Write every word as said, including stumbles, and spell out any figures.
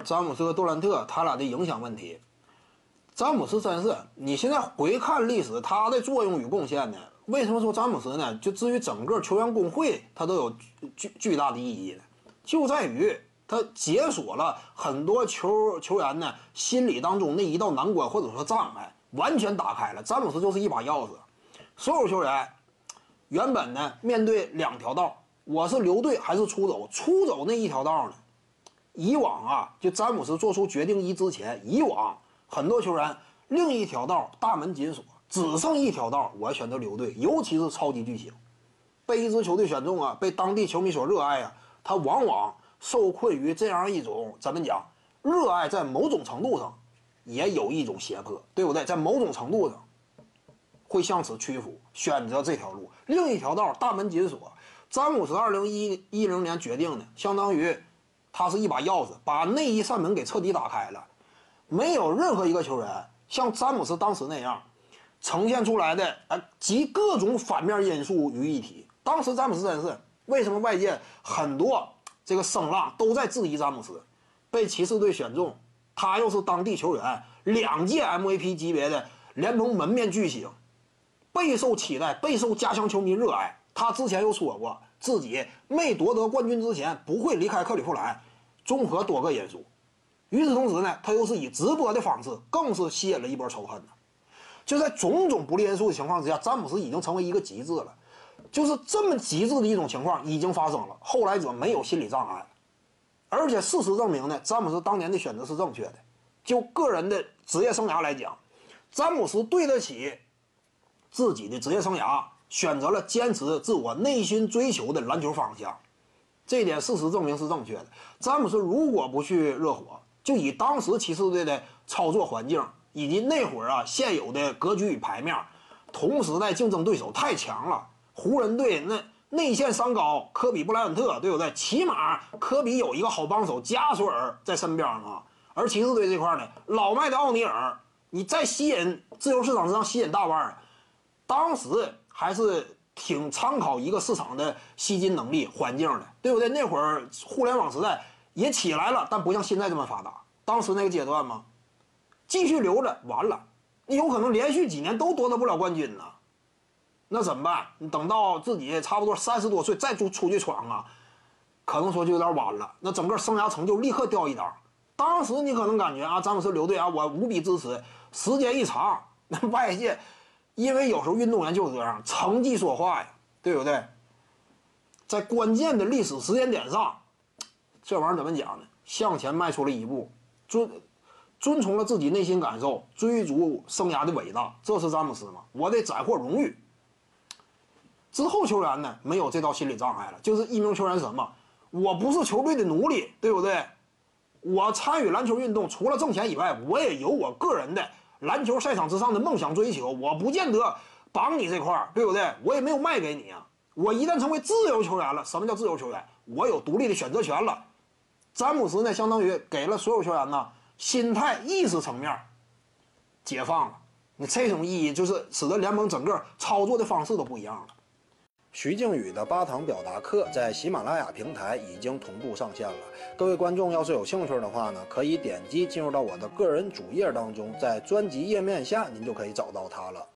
詹姆斯和杜兰特他俩的影响问题。詹姆斯真是，你现在回看历史，他的作用与贡献呢？为什么说詹姆斯呢？就至于整个球员工会，他都有巨巨大的意义呢？就在于他解锁了很多球球员呢心理当中的一道难关或者说障碍，完全打开了。詹姆斯就是一把钥匙，所有球员原本呢面对两条道，我是留队还是出走？出走那一条道呢？以往啊，就詹姆斯做出决定一之前，以往很多球员另一条道大门紧锁，只剩一条道，我选择留队。尤其是超级巨星，被一支球队选中啊，被当地球迷所热爱啊，他往往受困于这样一种怎么讲？热爱在某种程度上也有一种胁迫，对不对？在某种程度上会向此屈服，选择这条路。另一条道大门紧锁，詹姆斯二零一零年决定的，相当于他是一把钥匙，把那一扇门给彻底打开了。没有任何一个球员像詹姆斯当时那样呈现出来的，呃，集各种反面因素于一体。当时詹姆斯真是为什么外界很多这个声浪都在质疑詹姆斯被骑士队选中，他又是当地球员，两届 M V P 级别的联盟门面巨星，备受期待，备受家乡球迷热爱。他之前又说过，自己没夺得冠军之前不会离开克利夫兰，综合多个因素。与此同时呢，他又是以直播的方式，更是吸引了一波仇恨呢。就在种种不利因素的情况之下，詹姆斯已经成为一个极致了。就是这么极致的一种情况已经发生了，后来者没有心理障碍，而且事实证明呢，詹姆斯当年的选择是正确的。就个人的职业生涯来讲，詹姆斯对得起自己的职业生涯，选择了坚持自我内心追求的篮球方向，这一点事实证明是正确的。詹姆斯如果不去热火，就以当时骑士队的操作环境以及那会儿啊现有的格局与牌面，同时代竞争对手太强了。湖人队那内线三高，科比、布莱恩特，对不对？起码科比有一个好帮手加索尔在身边啊。而骑士队这块呢，老迈的奥尼尔，你再吸引自由市场上吸引大腕，当时还是挺参考一个市场的吸金能力环境的，对不对？那会儿互联网时代也起来了，但不像现在这么发达。当时那个阶段嘛，继续留着完了，你有可能连续几年都夺得不了冠军呢，那怎么办？你等到自己差不多三十多岁再出出去闯啊，可能说就有点晚了，那整个生涯成就立刻掉一档。当时你可能感觉啊，詹姆斯留队啊，我无比支持。时间一长，那外界因为有时候运动员就是这样，成绩说话呀，对不对？在关键的历史时间点上，这玩意儿怎么讲呢？向前迈出了一步，遵遵从了自己内心感受，追逐生涯的伟大，这是詹姆斯吗？我得斩获荣誉。之后球员呢，没有这道心理障碍了，就是一名球员什么？我不是球队的奴隶，对不对？我参与篮球运动，除了挣钱以外，我也有我个人的篮球赛场之上的梦想追求。我不见得绑你这块儿，对不对？我也没有卖给你啊。我一旦成为自由球员了，什么叫自由球员？我有独立的选择权了。詹姆斯呢，相当于给了所有球员呢心态、意识层面解放了。你这种意义就是使得联盟整个操作的方式都不一样了。徐静宇的八堂表达课在喜马拉雅平台已经同步上线了，各位观众要是有兴趣的话呢，可以点击进入到我的个人主页当中，在专辑页面下您就可以找到它了。